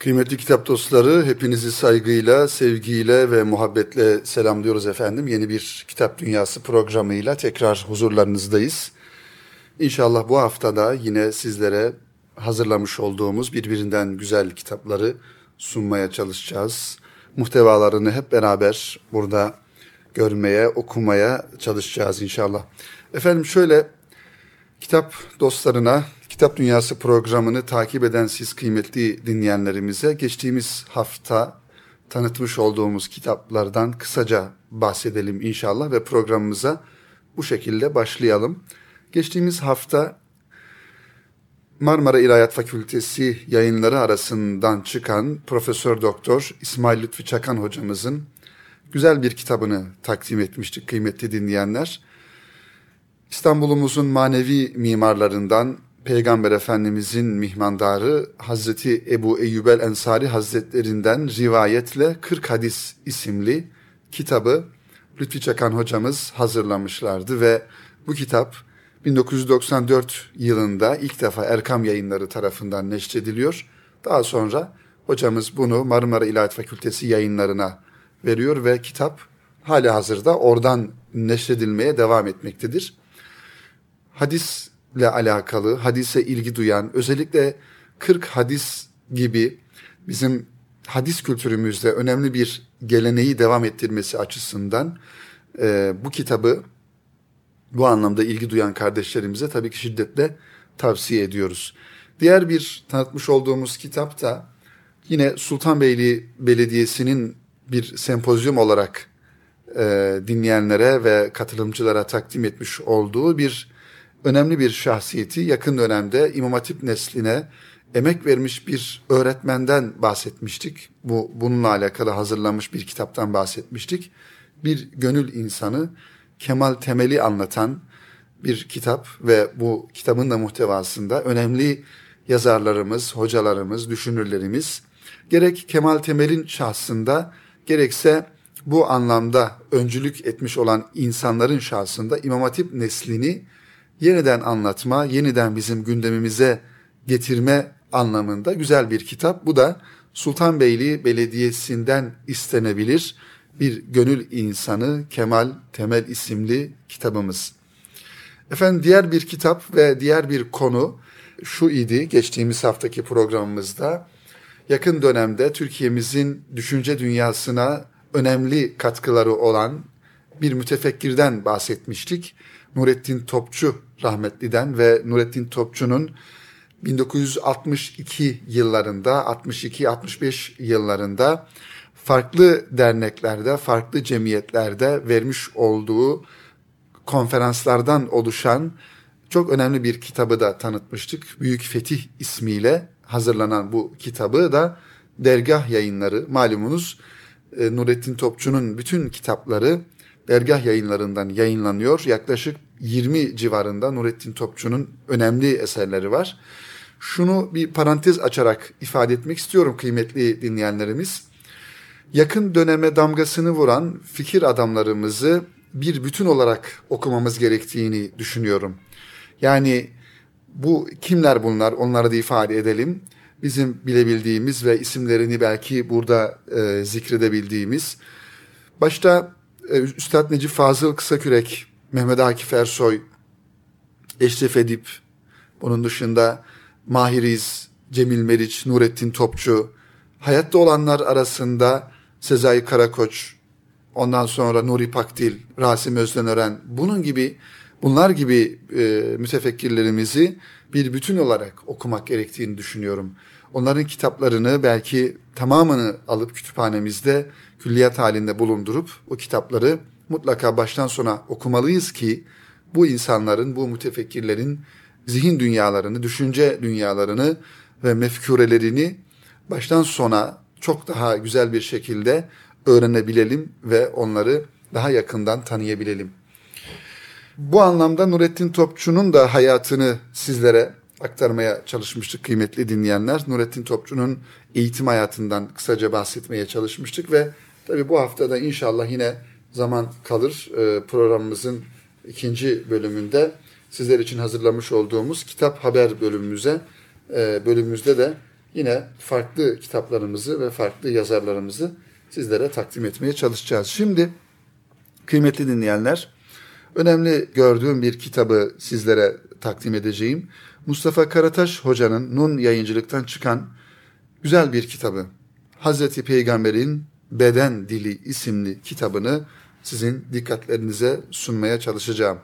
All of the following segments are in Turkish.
Kıymetli kitap dostları, hepinizi saygıyla, sevgiyle ve muhabbetle selamlıyoruz efendim. Yeni bir Kitap Dünyası programıyla tekrar huzurlarınızdayız. İnşallah bu haftada yine sizlere hazırlamış olduğumuz birbirinden güzel kitapları sunmaya çalışacağız. Muhtevalarını hep beraber burada görmeye, okumaya çalışacağız inşallah. Efendim şöyle, kitap dostlarına, Kitap Dünyası programını takip eden siz kıymetli dinleyenlerimize geçtiğimiz hafta tanıtmış olduğumuz kitaplardan kısaca bahsedelim inşallah ve programımıza bu şekilde başlayalım. Geçtiğimiz hafta Marmara İlahiyat Fakültesi yayınları arasından çıkan Profesör Doktor İsmail Lütfi Çakan hocamızın güzel bir kitabını takdim etmiştik kıymetli dinleyenler. İstanbul'umuzun manevi mimarlarından Peygamber Efendimizin mihmandarı Hazreti Ebu Eyyub el-Ensari Hazretlerinden rivayetle 40 Hadis isimli kitabı Lütfi Çakan hocamız hazırlamışlardı ve bu kitap 1994 yılında ilk defa Erkam Yayınları tarafından neşrediliyor. Daha sonra hocamız bunu Marmara İlahiyat Fakültesi yayınlarına veriyor ve kitap halihazırda oradan neşredilmeye devam etmektedir. Hadisle alakalı, hadise ilgi duyan, özellikle 40 hadis gibi bizim hadis kültürümüzde önemli bir geleneği devam ettirmesi açısından bu kitabı bu anlamda ilgi duyan kardeşlerimize tabii ki şiddetle tavsiye ediyoruz. Diğer bir tanıtmış olduğumuz kitap da yine Sultanbeyli Belediyesi'nin bir sempozyum olarak dinleyenlere ve katılımcılara takdim etmiş olduğu önemli bir şahsiyeti, yakın dönemde İmam Hatip nesline emek vermiş bir öğretmenden bahsetmiştik. Bununla alakalı hazırlanmış bir kitaptan bahsetmiştik. Bir gönül insanı Kemal Temel'i anlatan bir kitap ve bu kitabın da muhtevasında önemli yazarlarımız, hocalarımız, düşünürlerimiz gerek Kemal Temel'in şahsında gerekse bu anlamda öncülük etmiş olan insanların şahsında İmam Hatip neslini yeniden anlatma, yeniden bizim gündemimize getirme anlamında güzel bir kitap. Bu da Sultanbeyli Belediyesi'nden istenebilir bir gönül insanı Kemal Temel isimli kitabımız. Efendim diğer bir kitap ve diğer bir konu şu idi geçtiğimiz haftaki programımızda. Yakın dönemde Türkiye'mizin düşünce dünyasına önemli katkıları olan bir mütefekkirden bahsetmiştik. Nurettin Topçu rahmetliden ve Nurettin Topçu'nun 1962 yıllarında, 62-65 yıllarında farklı derneklerde, farklı cemiyetlerde vermiş olduğu konferanslardan oluşan çok önemli bir kitabı da tanıtmıştık. Büyük Fetih ismiyle hazırlanan bu kitabı da Dergah Yayınları, malumunuz Nurettin Topçu'nun bütün kitapları Dergah Yayınlarından yayınlanıyor. Yaklaşık 20 civarında Nurettin Topçu'nun önemli eserleri var. Şunu bir parantez açarak ifade etmek istiyorum kıymetli dinleyenlerimiz. Yakın döneme damgasını vuran fikir adamlarımızı bir bütün olarak okumamız gerektiğini düşünüyorum. Yani bu kimler bunlar, onları da ifade edelim. Bizim bilebildiğimiz ve isimlerini belki burada zikredebildiğimiz. Başta Üstad Necip Fazıl Kısakürek, Mehmet Akif Ersoy, Eşref Edip, bunun dışında Mahir İz, Cemil Meriç, Nurettin Topçu, hayatta olanlar arasında Sezai Karakoç, ondan sonra Nuri Pakdil, Rasim Özdenören, bunlar gibi mütefekkirlerimizi bir bütün olarak okumak gerektiğini düşünüyorum. Onların kitaplarını belki tamamını alıp kütüphanemizde külliyat halinde bulundurup o kitapları mutlaka baştan sona okumalıyız ki bu insanların, bu mütefekkirlerin zihin dünyalarını, düşünce dünyalarını ve mefkurelerini baştan sona çok daha güzel bir şekilde öğrenebilelim ve onları daha yakından tanıyabilelim. Bu anlamda Nurettin Topçu'nun da hayatını sizlere aktarmaya çalışmıştık kıymetli dinleyenler. Nurettin Topçu'nun eğitim hayatından kısaca bahsetmeye çalışmıştık ve tabii bu haftada inşallah yine zaman kalır programımızın ikinci bölümünde sizler için hazırlamış olduğumuz kitap haber bölümümüzde de yine farklı kitaplarımızı ve farklı yazarlarımızı sizlere takdim etmeye çalışacağız. Şimdi kıymetli dinleyenler, önemli gördüğüm bir kitabı sizlere takdim edeceğim. Mustafa Karataş Hoca'nın Nun Yayıncılık'tan çıkan güzel bir kitabı. Hazreti Peygamber'in Beden Dili isimli kitabını sizin dikkatlerinize sunmaya çalışacağım.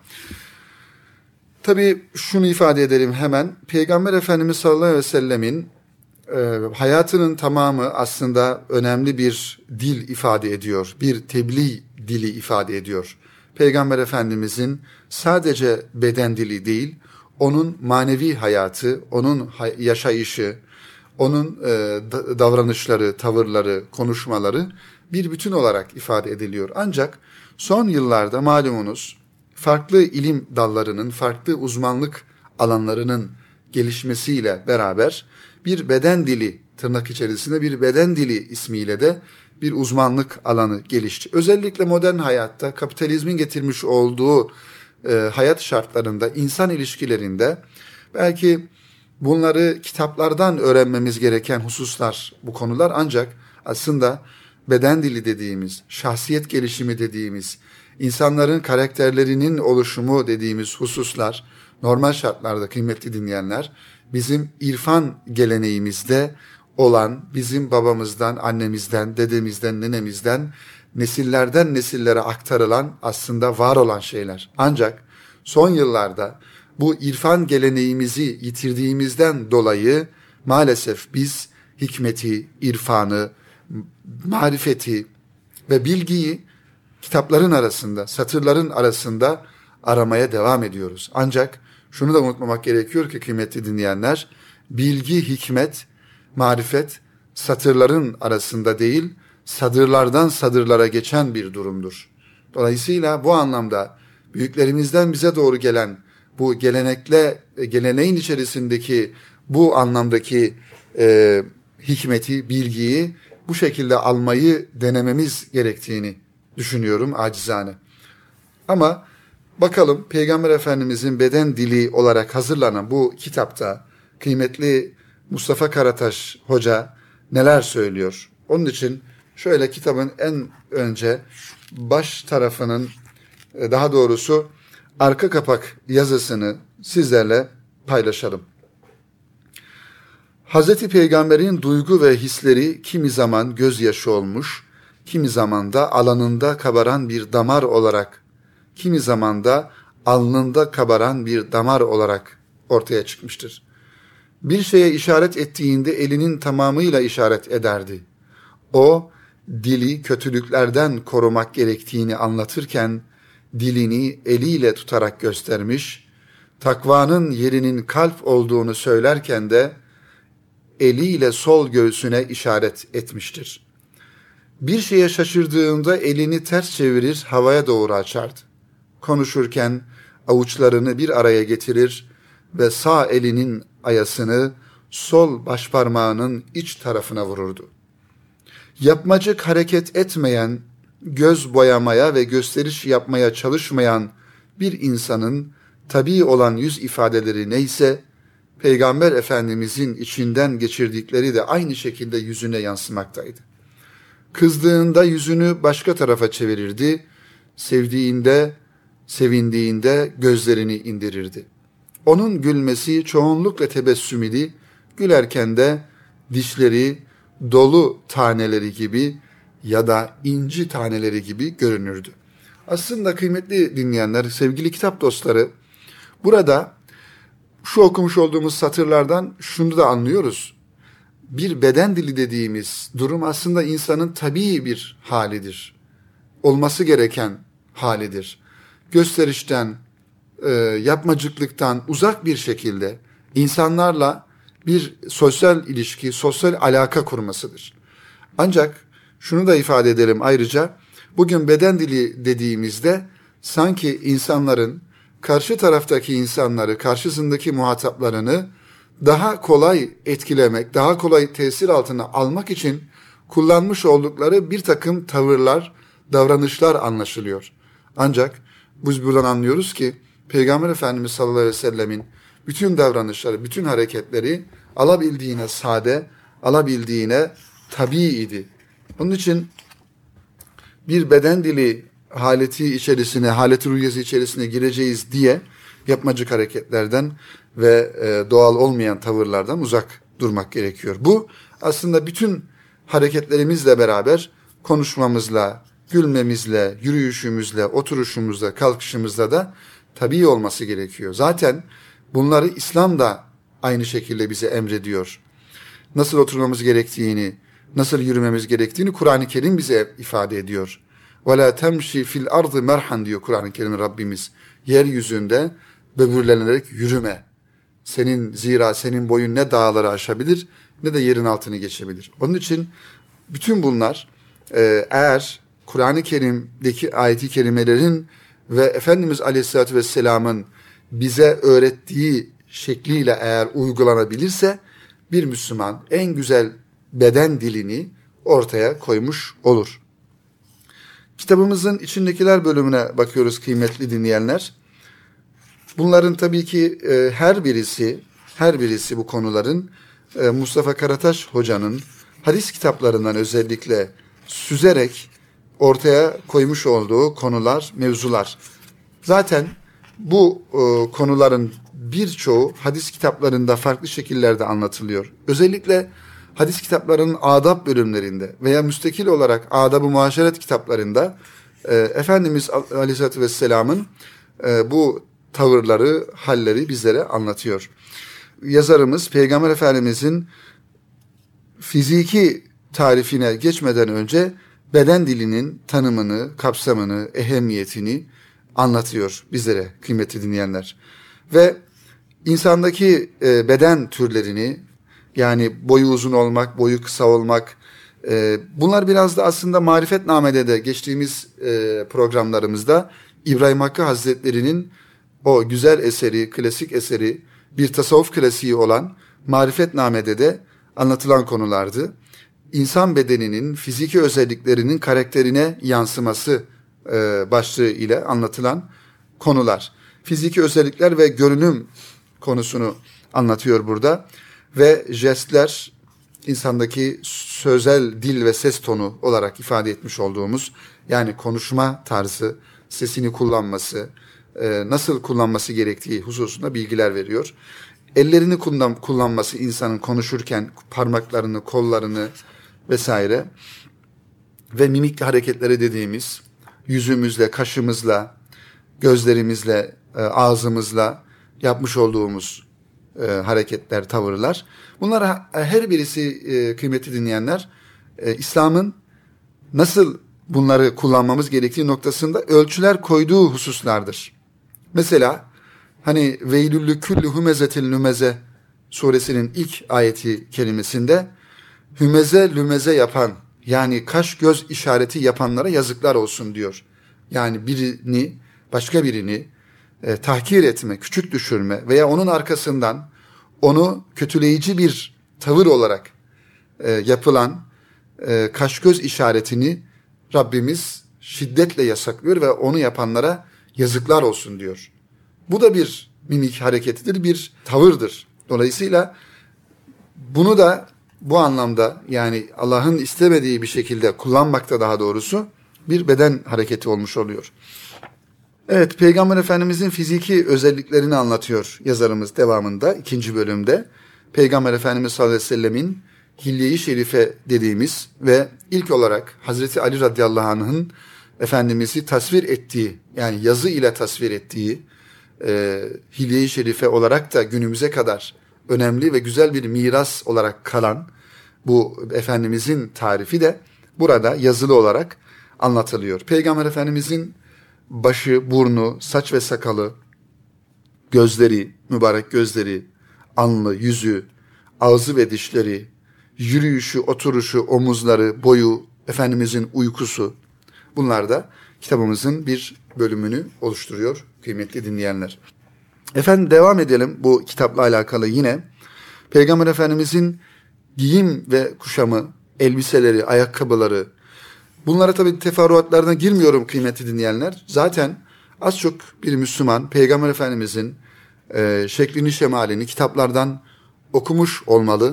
Tabii şunu ifade edelim hemen. Peygamber Efendimiz sallallahu aleyhi ve sellemin hayatının tamamı aslında önemli bir dil ifade ediyor. Bir tebliğ dili ifade ediyor. Peygamber Efendimizin sadece beden dili değil, onun manevi hayatı, onun yaşayışı, onun davranışları, tavırları, konuşmaları bir bütün olarak ifade ediliyor. Ancak son yıllarda malumunuz farklı ilim dallarının, farklı uzmanlık alanlarının gelişmesiyle beraber bir beden dili, tırnak içerisinde bir beden dili ismiyle de bir uzmanlık alanı gelişti. Özellikle modern hayatta kapitalizmin getirmiş olduğu hayat şartlarında, insan ilişkilerinde belki bunları kitaplardan öğrenmemiz gereken hususlar bu konular, ancak aslında beden dili dediğimiz, şahsiyet gelişimi dediğimiz, insanların karakterlerinin oluşumu dediğimiz hususlar normal şartlarda kıymetli dinleyenler bizim irfan geleneğimizde olan, bizim babamızdan, annemizden, dedemizden, nenemizden, nesillerden nesillere aktarılan aslında var olan şeyler. Ancak son yıllarda bu irfan geleneğimizi yitirdiğimizden dolayı maalesef biz hikmeti, irfanı, marifeti ve bilgiyi kitapların arasında, satırların arasında aramaya devam ediyoruz. Ancak şunu da unutmamak gerekiyor ki kıymetli dinleyenler, bilgi, hikmet, marifet satırların arasında değil, sadırlardan sadırlara geçen bir durumdur. Dolayısıyla bu anlamda büyüklerimizden bize doğru gelen bu geleneğin içerisindeki bu anlamdaki hikmeti, bilgiyi bu şekilde almayı denememiz gerektiğini düşünüyorum acizane. Ama bakalım Peygamber Efendimizin beden dili olarak hazırlanan bu kitapta kıymetli Mustafa Karataş Hoca neler söylüyor? Onun için şöyle kitabın en önce baş tarafının, daha doğrusu arka kapak yazısını sizlerle paylaşalım. Hazreti Peygamber'in duygu ve hisleri kimi zaman gözyaşı olmuş, kimi zaman da alnında kabaran bir damar olarak, kimi zaman da alnında kabaran bir damar olarak ortaya çıkmıştır. Bir şeye işaret ettiğinde elinin tamamıyla işaret ederdi. O, dili kötülüklerden korumak gerektiğini anlatırken, dilini eliyle tutarak göstermiş, takvanın yerinin kalp olduğunu söylerken de, eliyle sol göğsüne işaret etmiştir. Bir şeye şaşırdığında elini ters çevirir, havaya doğru açardı. Konuşurken avuçlarını bir araya getirir ve sağ elinin ayasını sol başparmağının iç tarafına vururdu. Yapmacık hareket etmeyen, göz boyamaya ve gösteriş yapmaya çalışmayan bir insanın tabii olan yüz ifadeleri neyse, Peygamber Efendimizin içinden geçirdikleri de aynı şekilde yüzüne yansımaktaydı. Kızdığında yüzünü başka tarafa çevirirdi, sevindiğinde gözlerini indirirdi. Onun gülmesi çoğunlukla tebessüm idi, gülerken de dişleri dolu taneleri gibi ya da inci taneleri gibi görünürdü. Aslında kıymetli dinleyenler, sevgili kitap dostları, burada şu okumuş olduğumuz satırlardan şunu da anlıyoruz. Bir beden dili dediğimiz durum aslında insanın tabii bir halidir. Olması gereken halidir. Gösterişten, yapmacıklıktan uzak bir şekilde insanlarla bir sosyal ilişki, sosyal alaka kurmasıdır. Ancak şunu da ifade edelim ayrıca, bugün beden dili dediğimizde sanki insanların karşı taraftaki insanları, karşısındaki muhataplarını daha kolay etkilemek, daha kolay tesir altına almak için kullanmış oldukları bir takım tavırlar, davranışlar anlaşılıyor. Ancak biz buradan anlıyoruz ki Peygamber Efendimiz sallallahu aleyhi ve sellemin bütün davranışları, bütün hareketleri alabildiğine sade, alabildiğine tabiiydi. Onun için bir beden dili haleti ruhiyesi içerisine gireceğiz diye yapmacık hareketlerden ve doğal olmayan tavırlardan uzak durmak gerekiyor. Bu aslında bütün hareketlerimizle beraber konuşmamızla, gülmemizle, yürüyüşümüzle, oturuşumuzla, kalkışımızla da tabii olması gerekiyor. Zaten bunları İslam da aynı şekilde bize emrediyor. Nasıl oturmamız gerektiğini, nasıl yürümemiz gerektiğini Kur'an-ı Kerim bize ifade ediyor. وَلَا تَمْشِ فِي الْأَرْضِ مَرْحًا diyor Kur'an-ı Kerim Rabbimiz. Yeryüzünde böbürlenerek yürüme. Zira senin boyun ne dağları aşabilir ne de yerin altını geçebilir. Onun için bütün bunlar eğer Kur'an-ı Kerim'deki ayet-i kerimelerin ve Efendimiz Aleyhisselatü Vesselam'ın bize öğrettiği şekliyle eğer uygulanabilirse bir Müslüman en güzel beden dilini ortaya koymuş olur. Kitabımızın içindekiler bölümüne bakıyoruz kıymetli dinleyenler. Bunların tabii ki her birisi bu konuların Mustafa Karataş Hoca'nın hadis kitaplarından özellikle süzerek ortaya koymuş olduğu konular, mevzular. Zaten bu konuların birçoğu hadis kitaplarında farklı şekillerde anlatılıyor. Özellikle hadis kitaplarının adab bölümlerinde veya müstakil olarak adab-ı muaşeret kitaplarında Efendimiz Aleyhisselatü Vesselam'ın bu tavırları, halleri bizlere anlatıyor. Yazarımız Peygamber Efendimizin fiziki tarifine geçmeden önce beden dilinin tanımını, kapsamını, ehemmiyetini anlatıyor bizlere kıymetli dinleyenler. Ve insandaki beden türlerini, yani boyu uzun olmak, boyu kısa olmak, bunlar biraz da aslında Marifetname'de de geçtiğimiz programlarımızda İbrahim Hakkı Hazretleri'nin o güzel eseri, klasik eseri, bir tasavvuf klasiği olan Marifetname'de de anlatılan konulardı. İnsan bedeninin fiziki özelliklerinin karakterine yansıması başlığı ile anlatılan konular. Fiziki özellikler ve görünüm konusunu anlatıyor burada. Ve jestler, insandaki sözel dil ve ses tonu olarak ifade etmiş olduğumuz, yani konuşma tarzı, sesini kullanması, nasıl kullanması gerektiği hususunda bilgiler veriyor. Ellerini kullanması insanın konuşurken, parmaklarını, kollarını vesaire ve mimikli hareketleri dediğimiz yüzümüzle, kaşımızla, gözlerimizle, ağzımızla yapmış olduğumuz hareketler, tavırlar. Bunlar her birisi kıymetli dinleyenler İslam'ın nasıl bunları kullanmamız gerektiği noktasında ölçüler koyduğu hususlardır. Mesela hani veylüllü küllü humezetil lümeze suresinin ilk ayeti kelimesinde hümeze lümeze yapan, yani kaş göz işareti yapanlara yazıklar olsun diyor. Yani başka birini tahkir etme, küçük düşürme veya onun arkasından onu kötüleyici bir tavır olarak yapılan kaş göz işaretini Rabbimiz şiddetle yasaklıyor ve onu yapanlara yazıklar olsun diyor. Bu da bir mimik hareketidir, bir tavırdır. Dolayısıyla bunu da bu anlamda, yani Allah'ın istemediği bir şekilde kullanmakta daha doğrusu bir beden hareketi olmuş oluyor. Evet, Peygamber Efendimizin fiziki özelliklerini anlatıyor yazarımız devamında, 2. bölümde. Peygamber Efendimiz sallallahu aleyhi ve sellemin Hilye-i Şerife dediğimiz ve ilk olarak Hazreti Ali radıyallahu anh'ın Efendimiz'i tasvir ettiği, yani yazı ile tasvir ettiği Hilye-i Şerife olarak da günümüze kadar önemli ve güzel bir miras olarak kalan bu Efendimizin tarifi de burada yazılı olarak anlatılıyor. Peygamber Efendimizin başı, burnu, saç ve sakalı, gözleri, mübarek gözleri, alnı, yüzü, ağzı ve dişleri, yürüyüşü, oturuşu, omuzları, boyu, Efendimizin uykusu, bunlar da kitabımızın bir bölümünü oluşturuyor kıymetli dinleyenler. Efendim devam edelim bu kitapla alakalı yine. Peygamber Efendimizin giyim ve kuşamı, elbiseleri, ayakkabıları, bunlara tabii teferruatlarına girmiyorum kıymetli dinleyenler. Zaten az çok bir Müslüman Peygamber Efendimizin şeklini, şemalini kitaplardan okumuş olmalı,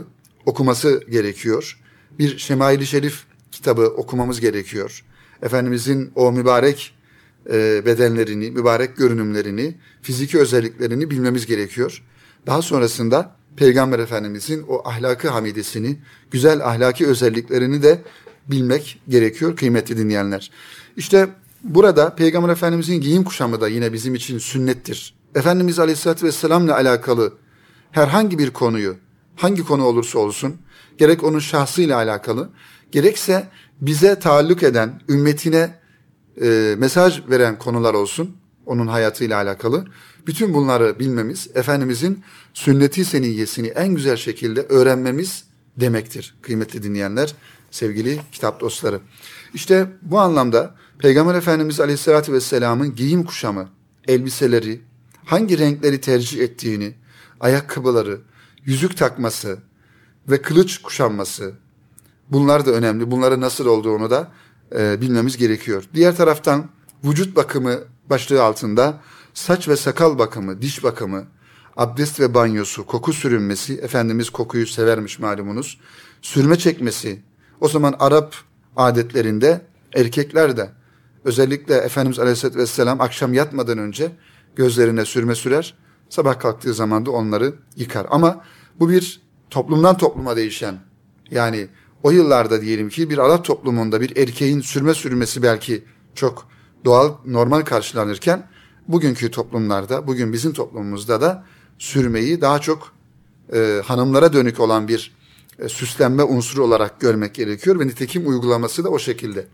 okuması gerekiyor. Bir Şemail-i Şerif kitabı okumamız gerekiyor. Efendimizin o mübarek bedenlerini, mübarek görünümlerini, fiziki özelliklerini bilmemiz gerekiyor. Daha sonrasında Peygamber Efendimizin o ahlakı hamidesini, güzel ahlaki özelliklerini de bilmek gerekiyor kıymetli dinleyenler. İşte burada Peygamber Efendimizin giyim kuşamı da yine bizim için sünnettir. Efendimiz Aleyhisselatü Vesselam'la alakalı herhangi bir konuyu, hangi konu olursa olsun, gerek onun şahsıyla alakalı, gerekse bize taalluk eden, ümmetine mesaj veren konular olsun, onun hayatıyla alakalı. Bütün bunları bilmemiz, Efendimizin sünnet-i seniyyesini en güzel şekilde öğrenmemiz demektir kıymetli dinleyenler, sevgili kitap dostları. İşte bu anlamda Peygamber Efendimiz Aleyhisselatü Vesselam'ın giyim kuşamı, elbiseleri, hangi renkleri tercih ettiğini, ayakkabıları, yüzük takması ve kılıç kuşanması, bunlar da önemli. Bunların nasıl olduğunu da bilmemiz gerekiyor. Diğer taraftan vücut bakımı başlığı altında saç ve sakal bakımı, diş bakımı, abdest ve banyosu, koku sürünmesi, Efendimiz kokuyu severmiş malumunuz, sürme çekmesi, o zaman Arap adetlerinde erkekler de özellikle Efendimiz Aleyhisselatü Vesselam akşam yatmadan önce gözlerine sürme sürer, sabah kalktığı zaman da onları yıkar. Ama bu bir toplumdan topluma değişen, yani o yıllarda diyelim ki bir Arap toplumunda bir erkeğin sürme sürmesi belki çok doğal, normal karşılanırken bugünkü toplumlarda, bugün bizim toplumumuzda da sürmeyi daha çok hanımlara dönük olan bir süslenme unsuru olarak görmek gerekiyor ve nitekim uygulaması da o şekilde.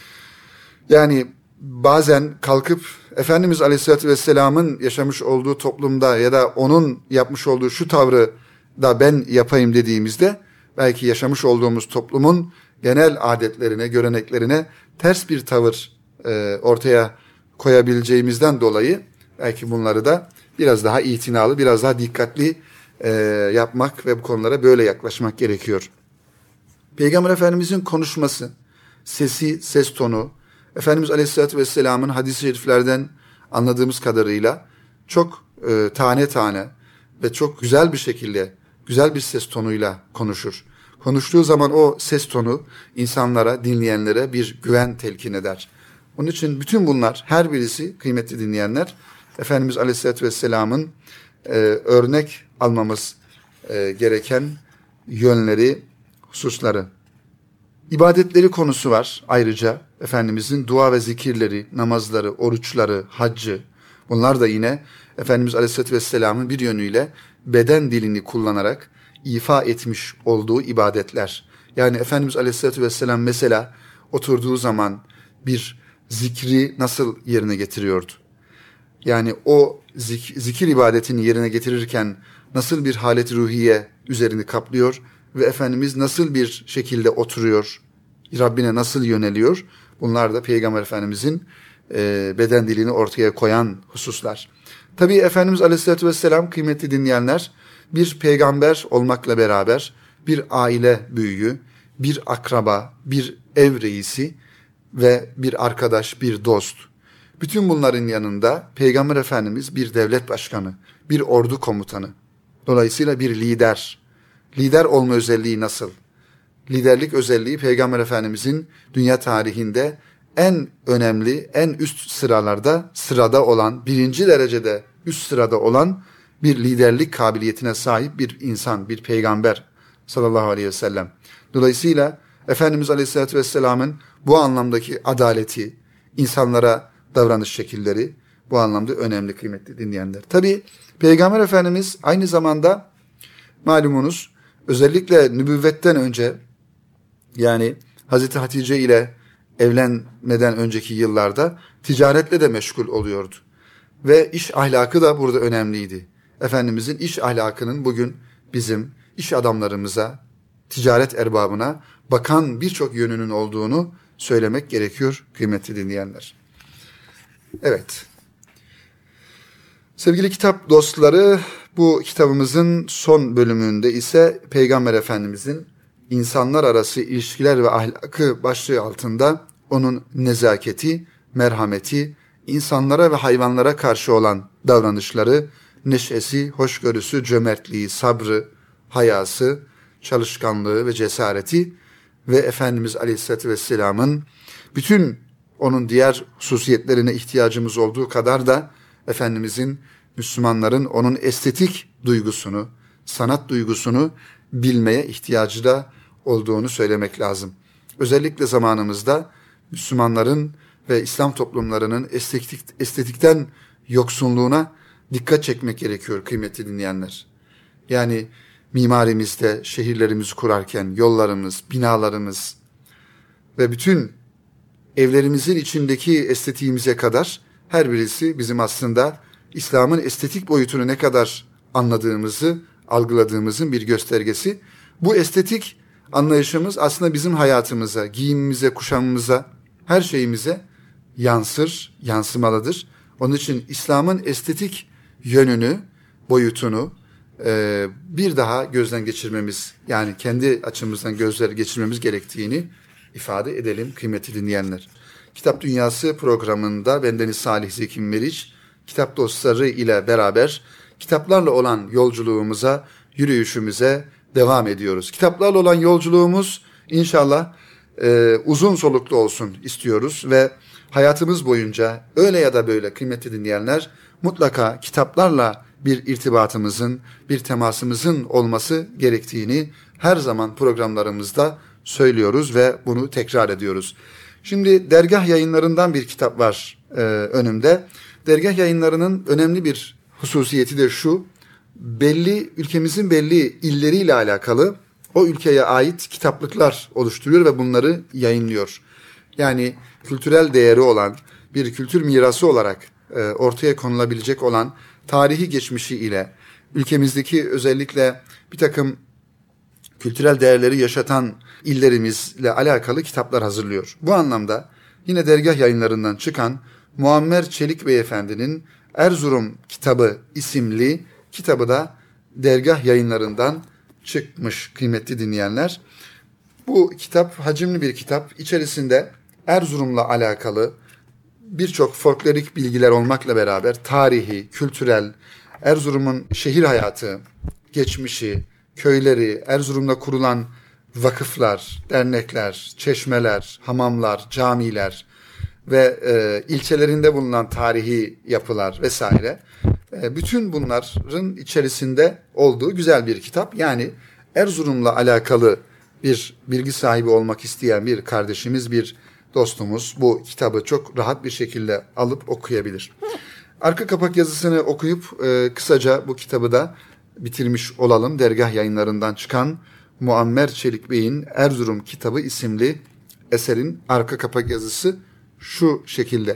Yani bazen kalkıp Efendimiz Aleyhisselatü Vesselam'ın yaşamış olduğu toplumda ya da onun yapmış olduğu şu tavrı da ben yapayım dediğimizde belki yaşamış olduğumuz toplumun genel adetlerine, göreneklerine ters bir tavır ortaya koyabileceğimizden dolayı belki bunları da biraz daha itinalı, biraz daha dikkatli yapmak ve bu konulara böyle yaklaşmak gerekiyor. Peygamber Efendimizin konuşması, sesi, ses tonu, Efendimiz Aleyhisselatü Vesselam'ın hadis-i şeriflerden anladığımız kadarıyla çok tane tane ve çok güzel bir şekilde, güzel bir ses tonuyla konuşur. Konuştuğu zaman o ses tonu insanlara, dinleyenlere bir güven telkin eder. Onun için bütün bunlar, her birisi kıymetli dinleyenler, Efendimiz Aleyhisselatü Vesselam'ın örnek almamız gereken yönleri, hususları. İbadetleri konusu var ayrıca. Efendimizin dua ve zikirleri, namazları, oruçları, haccı, bunlar da yine Efendimiz Aleyhisselatü Vesselam'ın bir yönüyle beden dilini kullanarak ifa etmiş olduğu ibadetler. Yani Efendimiz Aleyhisselatü Vesselam mesela oturduğu zaman bir zikri nasıl yerine getiriyordu? Yani o zikir ibadetini yerine getirirken nasıl bir halet ruhiye üzerini kaplıyor ve Efendimiz nasıl bir şekilde oturuyor, Rabbine nasıl yöneliyor? Bunlar da Peygamber Efendimizin beden dilini ortaya koyan hususlar. Tabii Efendimiz Aleyhisselatü Vesselam kıymetli dinleyenler bir peygamber olmakla beraber bir aile büyüğü, bir akraba, bir ev reisi ve bir arkadaş, bir dost. Bütün bunların yanında Peygamber Efendimiz bir devlet başkanı, bir ordu komutanı. Dolayısıyla bir lider. Lider olma özelliği nasıl? Liderlik özelliği Peygamber Efendimizin dünya tarihinde en önemli, en üst sırada olan, birinci derecede üst sırada olan bir liderlik kabiliyetine sahip bir insan, bir peygamber sallallahu aleyhi ve sellem. Dolayısıyla Efendimiz Aleyhisselatü Vesselam'ın bu anlamdaki adaleti, insanlara davranış şekilleri bu anlamda önemli kıymetli dinleyenler. Tabii Peygamber Efendimiz aynı zamanda malumunuz özellikle nübüvvetten önce yani Hazreti Hatice ile evlenmeden önceki yıllarda ticaretle de meşgul oluyordu. Ve iş ahlakı da burada önemliydi. Efendimizin iş ahlakının bugün bizim iş adamlarımıza, ticaret erbabına bakan birçok yönünün olduğunu söylemek gerekiyor kıymetli dinleyenler. Evet. Sevgili kitap dostları, bu kitabımızın son bölümünde ise Peygamber Efendimizin insanlar arası ilişkiler ve ahlakı başlığı altında onun nezaketi, merhameti, insanlara ve hayvanlara karşı olan davranışları, neşesi, hoşgörüsü, cömertliği, sabrı, hayası, çalışkanlığı ve cesareti ve Efendimiz Aleyhisselatü Vesselam'ın bütün onun diğer hususiyetlerine ihtiyacımız olduğu kadar da Efendimizin, Müslümanların onun estetik duygusunu, sanat duygusunu bilmeye ihtiyacı da olduğunu söylemek lazım. Özellikle zamanımızda Müslümanların ve İslam toplumlarının estetikten yoksunluğuna dikkat çekmek gerekiyor kıymetli dinleyenler. Yani mimarimizde, şehirlerimizi kurarken yollarımız, binalarımız ve bütün evlerimizin içindeki estetiğimize kadar her birisi bizim aslında İslam'ın estetik boyutunu ne kadar anladığımızı, algıladığımızın bir göstergesi. Bu estetik anlayışımız aslında bizim hayatımıza, giyimimize, kuşamımıza, her şeyimize yansımalıdır. Onun için İslam'ın estetik yönünü, boyutunu bir daha gözden geçirmemiz, yani kendi açımızdan gözler geçirmemiz gerektiğini ifade edelim kıymetli dinleyenler. Kitap Dünyası programında bendeniz Salih Zeki Meriç, kitap dostları ile beraber kitaplarla olan yolculuğumuza, yürüyüşümüze devam ediyoruz. Kitaplarla olan yolculuğumuz inşallah uzun soluklu olsun istiyoruz ve hayatımız boyunca öyle ya da böyle kıymetli dinleyenler mutlaka kitaplarla bir irtibatımızın, bir temasımızın olması gerektiğini her zaman programlarımızda söylüyoruz ve bunu tekrar ediyoruz. Şimdi Dergah Yayınları'ndan bir kitap var önümde. Dergah Yayınları'nın önemli bir hususiyeti de şu: ülkemizin belli illeriyle alakalı o ülkeye ait kitaplıklar oluşturuyor ve bunları yayınlıyor. Yani kültürel değeri olan, bir kültür mirası olarak ortaya konulabilecek olan tarihi geçmişi ile ülkemizdeki özellikle bir takım kültürel değerleri yaşatan illerimizle alakalı kitaplar hazırlıyor. Bu anlamda yine Dergah Yayınları'ndan çıkan Muammer Çelik Beyefendi'nin Erzurum Kitabı isimli kitabı da Dergah Yayınları'ndan çıkmış kıymetli dinleyenler. Bu kitap hacimli bir kitap. İçerisinde Erzurum'la alakalı birçok folklorik bilgiler olmakla beraber tarihi, kültürel, Erzurum'un şehir hayatı, geçmişi, köyleri, Erzurum'da kurulan vakıflar, dernekler, çeşmeler, hamamlar, camiler ve ilçelerinde bulunan tarihi yapılar vesaire. Bütün bunların içerisinde olduğu güzel bir kitap. Yani Erzurum'la alakalı bir bilgi sahibi olmak isteyen bir kardeşimiz, bir dostumuz bu kitabı çok rahat bir şekilde alıp okuyabilir. Arka kapak yazısını okuyup kısaca bu kitabı da bitirmiş olalım. Dergah Yayınları'ndan çıkan Muammer Çelik Bey'in Erzurum Kitabı isimli eserin arka kapak yazısı şu şekilde.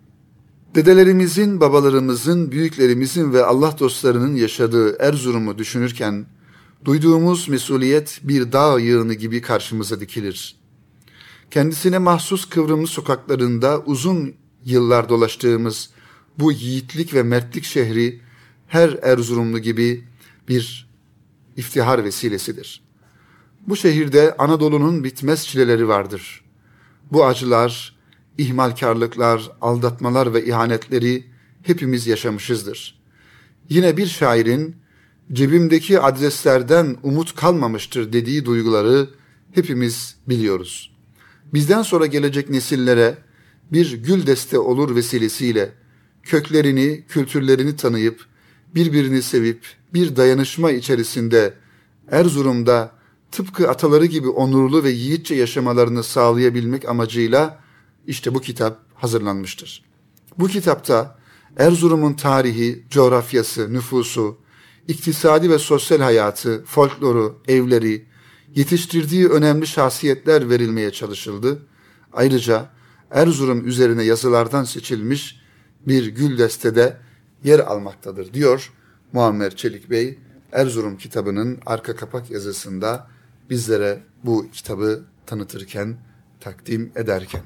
Dedelerimizin, babalarımızın, büyüklerimizin ve Allah dostlarının yaşadığı Erzurum'u düşünürken duyduğumuz mesuliyet bir dağ yığını gibi karşımıza dikilir. Kendisine mahsus kıvrımlı sokaklarında uzun yıllar dolaştığımız bu yiğitlik ve mertlik şehri her Erzurumlu gibi bir iftihar vesilesidir. Bu şehirde Anadolu'nun bitmez çileleri vardır. Bu acılar, ihmalkarlıklar, aldatmalar ve ihanetleri hepimiz yaşamışızdır. Yine bir şairin cebimdeki adreslerden umut kalmamıştır dediği duyguları hepimiz biliyoruz. Bizden sonra gelecek nesillere bir gül deste olur vesilesiyle köklerini, kültürlerini tanıyıp, birbirini sevip bir dayanışma içerisinde Erzurum'da tıpkı ataları gibi onurlu ve yiğitçe yaşamalarını sağlayabilmek amacıyla işte bu kitap hazırlanmıştır. Bu kitapta Erzurum'un tarihi, coğrafyası, nüfusu, iktisadi ve sosyal hayatı, folkloru, evleri, yetiştirdiği önemli şahsiyetler verilmeye çalışıldı. Ayrıca Erzurum üzerine yazılardan seçilmiş bir güldestede yer almaktadır diyor Muammer Çelik Bey, Erzurum kitabının arka kapak yazısında bizlere bu kitabı tanıtırken, takdim ederken.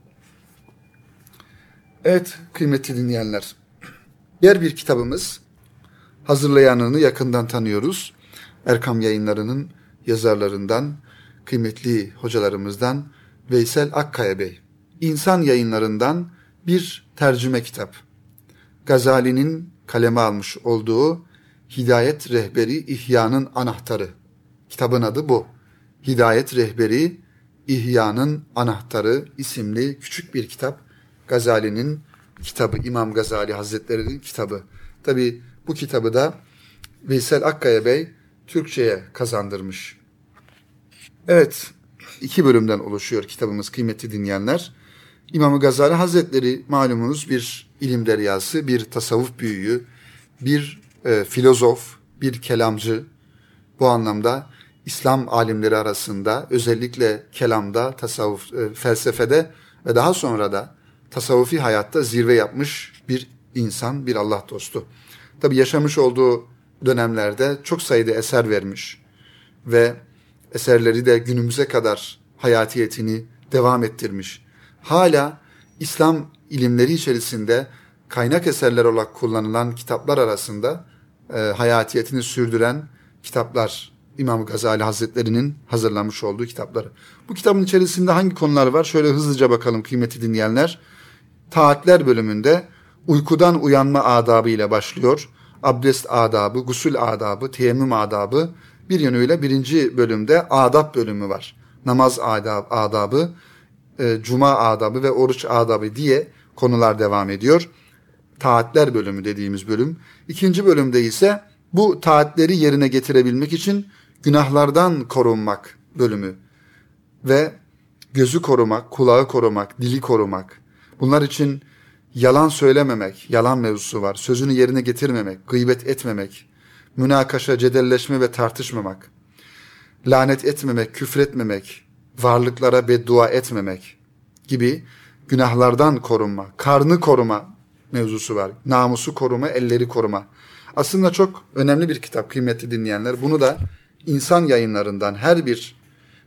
Evet kıymetli dinleyenler, diğer bir kitabımız, hazırlayanını yakından tanıyoruz. Erkam Yayınları'nın yazarlarından, kıymetli hocalarımızdan Veysel Akkaya Bey. İnsan Yayınları'ndan bir tercüme kitap. Gazali'nin kaleme almış olduğu Hidayet Rehberi İhya'nın Anahtarı Kitabın adı bu. Hidayet Rehberi, İhya'nın Anahtarı isimli küçük bir kitap. Gazali'nin kitabı, İmam Gazali Hazretleri'nin kitabı. Tabii bu kitabı da Veysel Akkaya Bey Türkçe'ye kazandırmış. Evet, 2 bölümden oluşuyor kitabımız kıymetli dinleyenler. İmam Gazali Hazretleri malumunuz bir ilim deryası, bir tasavvuf büyüğü, bir filozof, bir kelamcı. Bu anlamda İslam alimleri arasında özellikle kelamda, tasavvuf, felsefede ve daha sonra da tasavvufi hayatta zirve yapmış bir insan, bir Allah dostu. Tabii yaşamış olduğu dönemlerde çok sayıda eser vermiş ve eserleri de günümüze kadar hayatiyetini devam ettirmiş. Hala İslam ilimleri içerisinde kaynak eserler olarak kullanılan kitaplar arasında hayatiyetini sürdüren kitaplar, İmam Gazali Hazretleri'nin hazırlamış olduğu kitapları. Bu kitabın içerisinde hangi konular var? Şöyle hızlıca bakalım kıymetli dinleyenler. Taatler bölümünde uykudan uyanma adabı ile başlıyor. Abdest adabı, gusül adabı, teyemmüm adabı. Bir yönüyle 1. bölümde adab bölümü var. Namaz adabı, cuma adabı ve oruç adabı diye konular devam ediyor. Taatler bölümü dediğimiz bölüm. 2. bölümde ise bu taatleri yerine getirebilmek için günahlardan korunmak bölümü ve gözü korumak, kulağı korumak, dili korumak. Bunlar için yalan söylememek, yalan mevzusu var. Sözünü yerine getirmemek, gıybet etmemek, münakaşa, cedelleşme ve tartışmamak, lanet etmemek, küfretmemek, varlıklara beddua etmemek gibi günahlardan korunma, karnı koruma mevzusu var. Namusu koruma, elleri koruma. Aslında çok önemli bir kitap kıymetli dinleyenler. Bunu da İnsan Yayınlarından her bir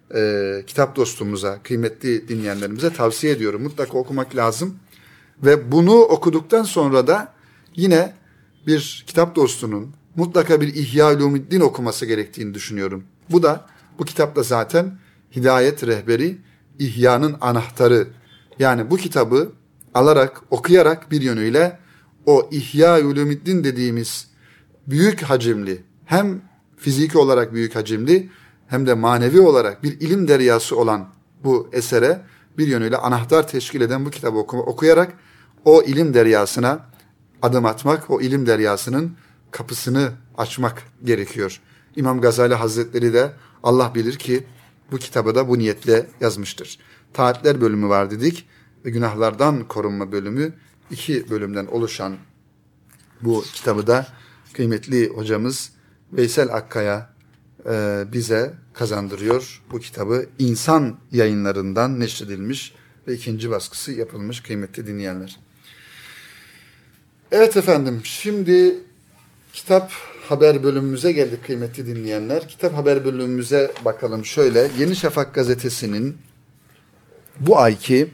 kitap dostumuza, kıymetli dinleyenlerimize tavsiye ediyorum. Mutlaka okumak lazım. Ve bunu okuduktan sonra da yine bir kitap dostunun mutlaka bir İhya-Ulûmüddin okuması gerektiğini düşünüyorum. Bu kitap da zaten Hidayet Rehberi, İhya'nın Anahtarı. Yani bu kitabı alarak, okuyarak bir yönüyle o İhya-Ulûmüddin dediğimiz büyük hacimli, hem fiziki olarak büyük hacimli hem de manevi olarak bir ilim deryası olan bu esere bir yönüyle anahtar teşkil eden bu kitabı okuyarak o ilim deryasına adım atmak, o ilim deryasının kapısını açmak gerekiyor. İmam Gazali Hazretleri de Allah bilir ki bu kitabı da bu niyetle yazmıştır. Taatler bölümü var dedik ve günahlardan korunma bölümü, 2 bölümden oluşan bu kitabı da kıymetli hocamız Veysel Akkaya bize kazandırıyor. Bu kitabı İnsan Yayınlarından neşredilmiş ve 2. baskısı yapılmış kıymetli dinleyenler. Evet efendim, şimdi kitap haber bölümümüze geldik kıymetli dinleyenler. Kitap haber bölümümüze bakalım şöyle. Yeni Şafak gazetesinin bu ayki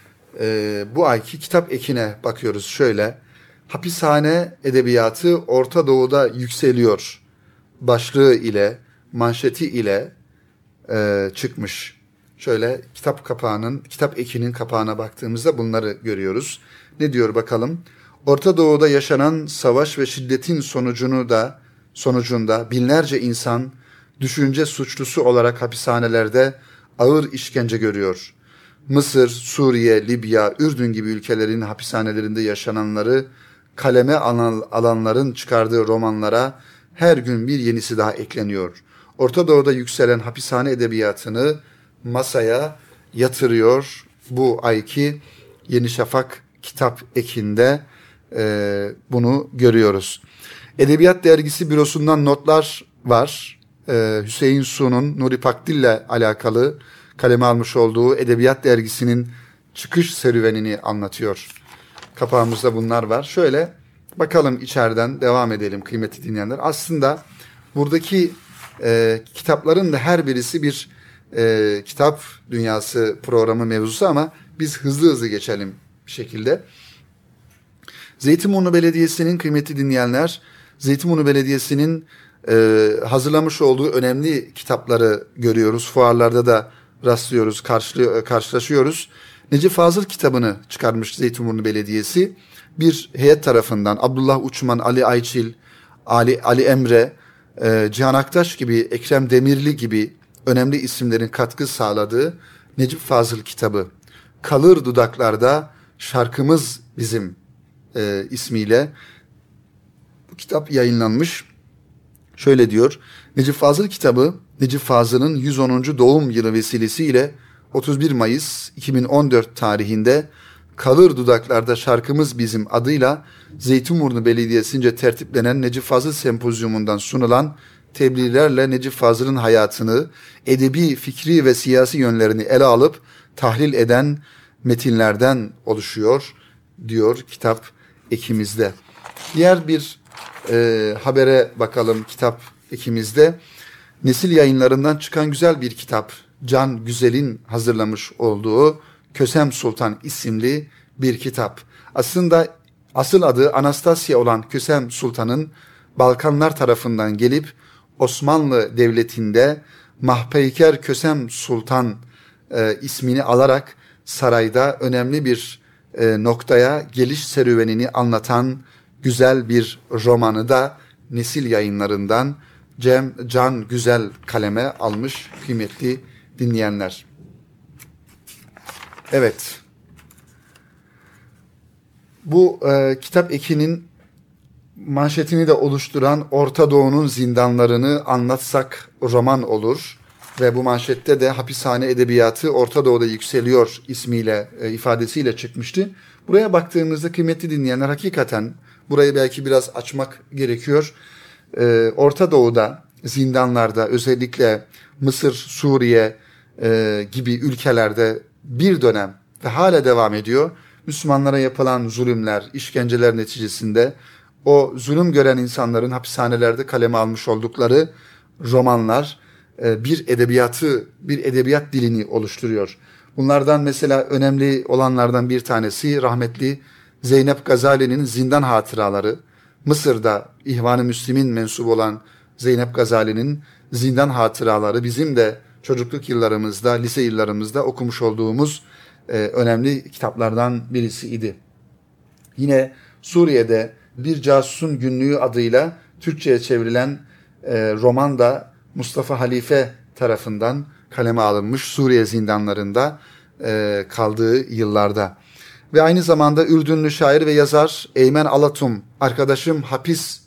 kitap ekine bakıyoruz şöyle. Hapishane edebiyatı Orta Doğu'da yükseliyor başlığı ile, manşeti ile çıkmış. Şöyle kitap ekinin kapağına baktığımızda bunları görüyoruz. Ne diyor bakalım? Orta Doğu'da yaşanan savaş ve şiddetin sonucunda binlerce insan düşünce suçlusu olarak hapishanelerde ağır işkence görüyor. Mısır, Suriye, Libya, Ürdün gibi ülkelerin hapishanelerinde yaşananları kaleme alanların çıkardığı romanlara her gün bir yenisi daha ekleniyor. Orta Doğu'da yükselen hapishane edebiyatını masaya yatırıyor bu ayki Yeni Şafak kitap ekinde bunu görüyoruz. Edebiyat Dergisi bürosundan notlar var. Hüseyin Su'nun Nuri Pakdil'le alakalı kaleme almış olduğu Edebiyat Dergisi'nin çıkış serüvenini anlatıyor. Kapağımızda bunlar var. Şöyle bakalım, içeriden devam edelim kıymetli dinleyenler. Aslında buradaki kitapların da her birisi bir kitap dünyası programı mevzusu ama biz hızlı geçelim bir şekilde. Zeytinburnu Belediyesi'nin kıymetli dinleyenler, Zeytinburnu Belediyesi'nin hazırlamış olduğu önemli kitapları görüyoruz. Fuarlarda da rastlıyoruz, karşılaşıyoruz. Necip Fazıl kitabını çıkarmış Zeytinburnu Belediyesi. Bir heyet tarafından Abdullah Uçman, Ali Ayçil, Ali Emre, Cihan Aktaş gibi, Ekrem Demirli gibi önemli isimlerin katkı sağladığı Necip Fazıl kitabı. Kalır Dudaklarda Şarkımız Bizim ismiyle bu kitap yayınlanmış. Şöyle diyor, Necip Fazıl kitabı, Necip Fazıl'ın 110. doğum yılı vesilesiyle 31 Mayıs 2014 tarihinde Kalır Dudaklarda Şarkımız Bizim adıyla Zeytinburnu Belediyesi'nce tertiplenen Necip Fazıl Sempozyumundan sunulan tebliğlerle Necip Fazıl'ın hayatını, edebi, fikri ve siyasi yönlerini ele alıp tahlil eden metinlerden oluşuyor, diyor kitap ekimizde. Diğer bir habere bakalım kitap ekimizde. Nesil Yayınlarından çıkan güzel bir kitap. Can Güzel'in hazırlamış olduğu Kösem Sultan isimli bir kitap. Aslında asıl adı Anastasya olan Kösem Sultan'ın Balkanlar tarafından gelip Osmanlı Devleti'nde Mahpeyker Kösem Sultan ismini alarak sarayda önemli bir noktaya geliş serüvenini anlatan güzel bir romanı da Nesil Yayınlarından Can Güzel kaleme almış kıymetli dinleyenler. Evet, bu kitap ekinin manşetini de oluşturan Orta Doğu'nun zindanlarını anlatsak roman olur. Ve bu manşette de hapishane edebiyatı Orta Doğu'da yükseliyor ismiyle, ifadesiyle çıkmıştı. Buraya baktığımızda kıymetli dinleyenler hakikaten burayı belki biraz açmak gerekiyor. Orta Doğu'da, zindanlarda özellikle Mısır, Suriye gibi ülkelerde bir dönem ve hala devam ediyor. Müslümanlara yapılan zulümler, işkenceler neticesinde o zulüm gören insanların hapishanelerde kaleme almış oldukları romanlar bir edebiyat dilini oluşturuyor. Bunlardan mesela önemli olanlardan bir tanesi rahmetli Zeynep Gazali'nin Zindan Hatıraları. Mısır'da İhvan-ı Müslim'in mensubu olan Zeynep Gazali'nin Zindan Hatıraları bizim de çocukluk yıllarımızda, lise yıllarımızda okumuş olduğumuz önemli kitaplardan birisiydi. Yine Suriye'de Bir Casusun Günlüğü adıyla Türkçe'ye çevrilen roman da Mustafa Halife tarafından kaleme alınmış Suriye zindanlarında kaldığı yıllarda. Ve aynı zamanda Ürdünlü şair ve yazar Eymen Alatum, Arkadaşım Hapis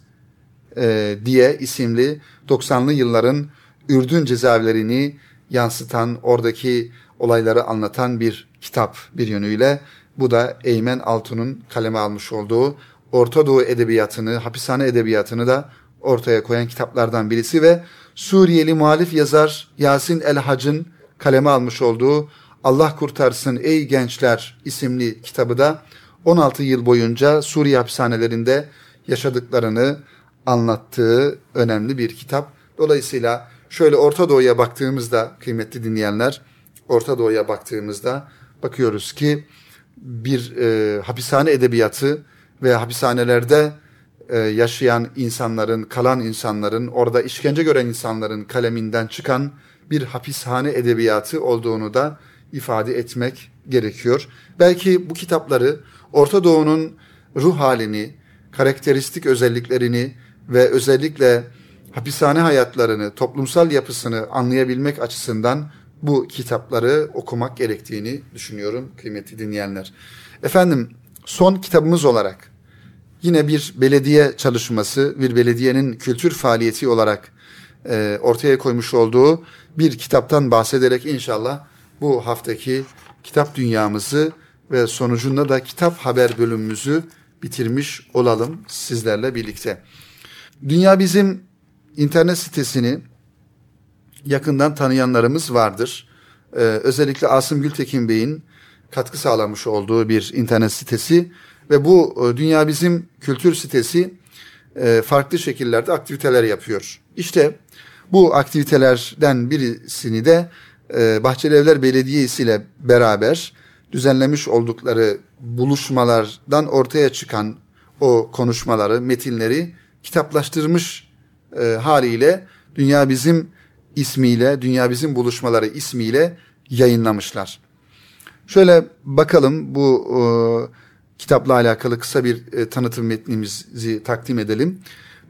diye isimli 90'lı yılların Ürdün cezaevlerini yansıtan, oradaki olayları anlatan bir kitap bir yönüyle. Bu da Eymen Altun'un kaleme almış olduğu Orta Doğu edebiyatını, hapishane edebiyatını da ortaya koyan kitaplardan birisi ve Suriyeli muhalif yazar Yasin El-Hac'ın kaleme almış olduğu Allah Kurtarsın Ey Gençler isimli kitabı da 16 yıl boyunca Suriye hapishanelerinde yaşadıklarını anlattığı önemli bir kitap. Dolayısıyla şöyle Orta Doğu'ya baktığımızda kıymetli dinleyenler, Orta Doğu'ya baktığımızda bakıyoruz ki bir hapishane edebiyatı ve hapishanelerde yaşayan insanların, kalan insanların, orada işkence gören insanların kaleminden çıkan bir hapishane edebiyatı olduğunu da ifade etmek gerekiyor. Belki bu kitapları Orta Doğu'nun ruh halini, karakteristik özelliklerini ve özellikle hapishane hayatlarını, toplumsal yapısını anlayabilmek açısından bu kitapları okumak gerektiğini düşünüyorum kıymetli dinleyenler. Efendim, son kitabımız olarak yine bir belediye çalışması, bir belediyenin kültür faaliyeti olarak ortaya koymuş olduğu bir kitaptan bahsederek inşallah bu haftaki kitap dünyamızı ve sonucunda da kitap haber bölümümüzü bitirmiş olalım sizlerle birlikte. Dünya Bizim internet sitesini yakından tanıyanlarımız vardır. Özellikle Asım Gültekin Bey'in katkı sağlamış olduğu bir internet sitesi ve bu Dünya Bizim kültür sitesi farklı şekillerde aktiviteler yapıyor. İşte bu aktivitelerden birisini de Bahçelievler Belediyesi ile beraber düzenlemiş oldukları buluşmalardan ortaya çıkan o konuşmaları, metinleri kitaplaştırmış haliyle Dünya Bizim ismiyle, Dünya Bizim Buluşmaları ismiyle yayınlamışlar. Şöyle bakalım bu kitapla alakalı kısa bir tanıtım metnimizi takdim edelim.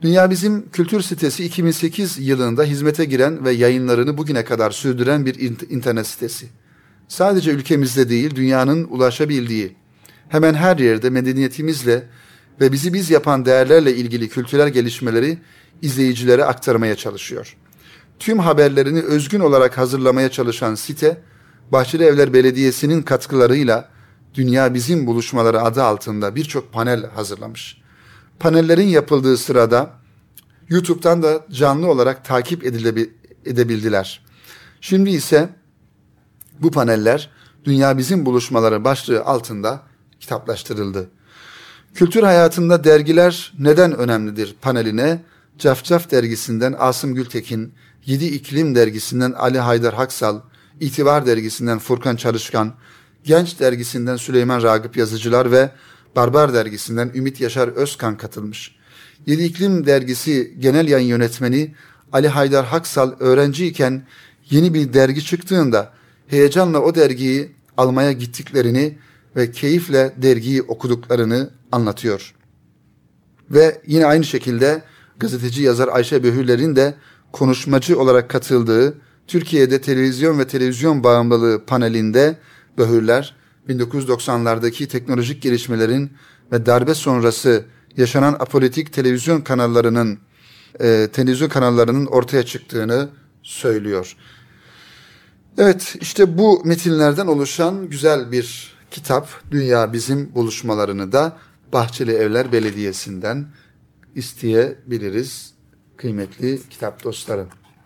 Dünya Bizim kültür sitesi 2008 yılında hizmete giren ve yayınlarını bugüne kadar sürdüren bir internet sitesi. Sadece ülkemizde değil, dünyanın ulaşabildiği, hemen her yerde medeniyetimizle ve bizi biz yapan değerlerle ilgili kültürel gelişmeleri izleyicilere aktarmaya çalışıyor. Tüm haberlerini özgün olarak hazırlamaya çalışan site, Bahçelievler Belediyesi'nin katkılarıyla Dünya Bizim buluşmaları adı altında birçok panel hazırlamış. Panellerin yapıldığı sırada YouTube'dan da canlı olarak takip edebildiler. Şimdi ise bu paneller Dünya Bizim buluşmaları başlığı altında kitaplaştırıldı. Kültür hayatında dergiler neden önemlidir paneline Cafcaf dergisinden Asım Gültekin, Yedi İklim dergisinden Ali Haydar Haksal, İtibar dergisinden Furkan Çalışkan, Genç dergisinden Süleyman Ragıp Yazıcılar ve Barbar dergisinden Ümit Yaşar Özkan katılmış. Yedi İklim dergisi genel yayın yönetmeni Ali Haydar Haksal öğrenciyken yeni bir dergi çıktığında heyecanla o dergiyi almaya gittiklerini ve keyifle dergiyi okuduklarını anlatıyor. Ve yine aynı şekilde gazeteci yazar Ayşe Böhürler'in de konuşmacı olarak katıldığı Türkiye'de televizyon ve televizyon bağımlılığı panelinde Böhürler 1990'lardaki teknolojik gelişmelerin ve darbe sonrası yaşanan apolitik televizyon kanallarının ortaya çıktığını söylüyor. Evet, işte bu metinlerden oluşan güzel bir kitap Dünya Bizim buluşmalarını da Bahçelievler Belediyesi'nden isteyebiliriz kıymetli kitap dostları.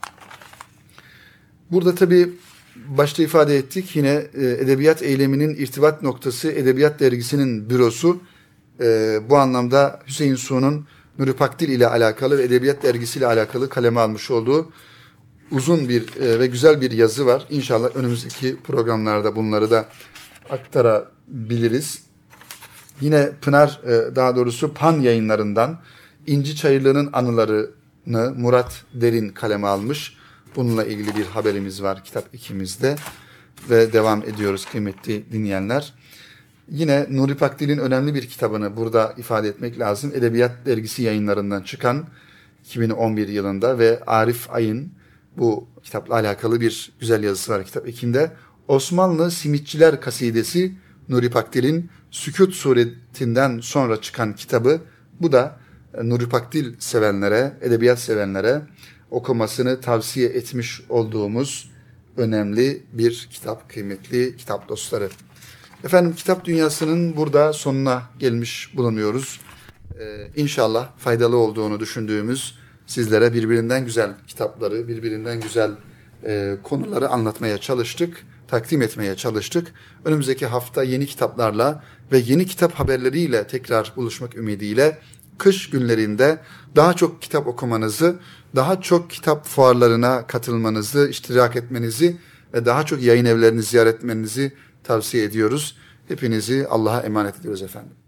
Burada tabii başta ifade ettik yine edebiyat eyleminin irtibat noktası Edebiyat Dergisi'nin bürosu. Bu anlamda Hüseyin Su'nun Nuri Pakdil ile alakalı ve Edebiyat Dergisi ile alakalı kaleme almış olduğu uzun bir ve güzel bir yazı var. İnşallah önümüzdeki programlarda bunları da aktarabiliriz. Yine Pınar, daha doğrusu Pan yayınlarından İnci Çayırlı'nın anılarını Murat Derin kaleme almış. Bununla ilgili bir haberimiz var kitap ikimizde ve devam ediyoruz kıymetli dinleyenler. Yine Nuri Pakdil'in önemli bir kitabını burada ifade etmek lazım. Edebiyat Dergisi yayınlarından çıkan 2011 yılında ve Arif Ay'ın bu kitapla alakalı bir güzel yazısı var kitap ekinde. Osmanlı Simitçiler Kasidesi Nuri Pakdil'in Sükût suretinden sonra çıkan kitabı. Bu da Nuri Pakdil sevenlere, edebiyat sevenlere okumasını tavsiye etmiş olduğumuz önemli bir kitap, kıymetli kitap dostları. Efendim kitap dünyasının burada sonuna gelmiş bulunuyoruz. İnşallah faydalı olduğunu düşündüğümüz sizlere birbirinden güzel kitapları, birbirinden güzel konuları anlatmaya çalıştık, takdim etmeye çalıştık. Önümüzdeki hafta yeni kitaplarla ve yeni kitap haberleriyle tekrar buluşmak ümidiyle kış günlerinde daha çok kitap okumanızı, daha çok kitap fuarlarına katılmanızı, iştirak etmenizi ve daha çok yayın evlerini ziyaret etmenizi tavsiye ediyoruz. Hepinizi Allah'a emanet ediyoruz efendim.